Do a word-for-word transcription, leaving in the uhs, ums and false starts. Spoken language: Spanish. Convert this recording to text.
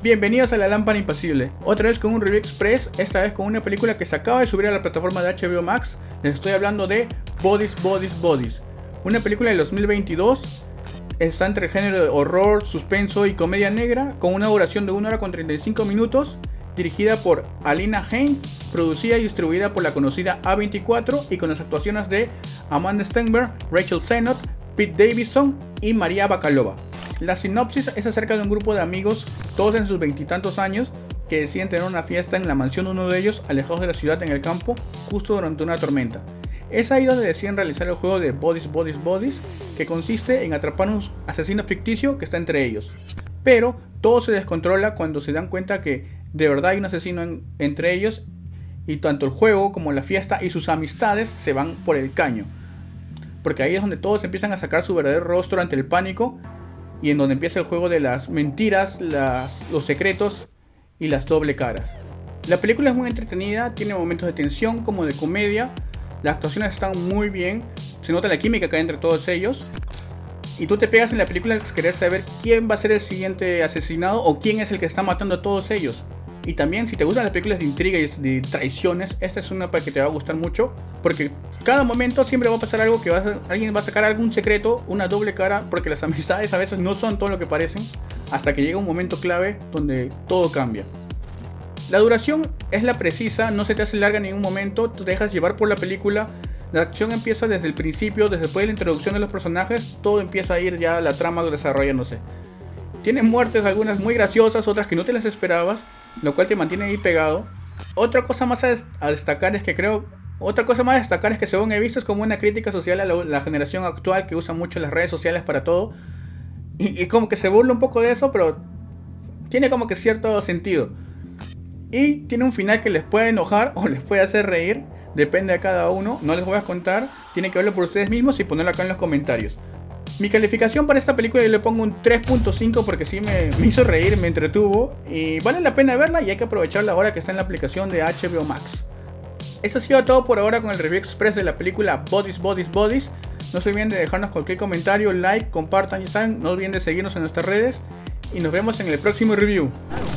Bienvenidos a La Lámpara Impasible, otra vez con un review express, esta vez con una película que se acaba de subir a la plataforma de H B O Max. Les estoy hablando de Bodies, Bodies, Bodies, una película del dos mil veintidós, está entre el género de horror, suspenso y comedia negra, con una duración de una hora con treinta y cinco minutos, dirigida por Alina Hein, producida y distribuida por la conocida A veinticuatro y con las actuaciones de Amanda Stenberg, Rachel Sennott, Pete Davidson y Maria Bakalova. La sinopsis es acerca de un grupo de amigos, todos en sus veintitantos años, que deciden tener una fiesta en la mansión de uno de ellos, alejados de la ciudad en el campo, justo durante una tormenta. Es ahí donde deciden realizar el juego de Bodies, Bodies, Bodies, que consiste en atrapar a un asesino ficticio que está entre ellos. Pero todo se descontrola cuando se dan cuenta que de verdad hay un asesino en, entre ellos, y tanto el juego como la fiesta y sus amistades se van por el caño. Porque ahí es donde todos empiezan a sacar su verdadero rostro ante el pánico, y en donde empieza el juego de las mentiras, las, los secretos y las doble caras. La película es muy entretenida, tiene momentos de tensión como de comedia, las actuaciones están muy bien, se nota la química que hay entre todos ellos, y tú te pegas en la película al querer saber quién va a ser el siguiente asesinado o quién es el que está matando a todos ellos. Y también, si te gustan las películas de intriga y de traiciones, esta es una para que te va a gustar mucho, porque cada momento siempre va a pasar algo, que va a, alguien va a sacar algún secreto, una doble cara, porque las amistades a veces no son todo lo que parecen, hasta que llega un momento clave donde todo cambia. La duración es la precisa, no se te hace larga en ningún momento, te dejas llevar por la película. La acción empieza desde el principio, desde después de la introducción de los personajes, todo empieza a ir ya la trama desarrollándose. Tiene muertes, algunas muy graciosas, otras que no te las esperabas, lo cual te mantiene ahí pegado. Otra cosa más a, des- a destacar es que creo, otra cosa más a destacar es que según he visto es como una crítica social a la, la generación actual que usa mucho las redes sociales para todo, y, y como que se burla un poco de eso, pero tiene como que cierto sentido. Y tiene un final que les puede enojar o les puede hacer reír, depende de cada uno, no les voy a contar, tienen que verlo por ustedes mismos y ponerlo acá en los comentarios. Mi calificación para esta película yo le pongo un tres punto cinco porque sí me, me hizo reír, me entretuvo y vale la pena verla y hay que aprovecharla ahora que está en la aplicación de H B O Max. Eso ha sido todo por ahora con el review express de la película Bodies, Bodies, Bodies. No se olviden de dejarnos cualquier comentario, like, compartan y saben, no olviden de seguirnos en nuestras redes y nos vemos en el próximo review.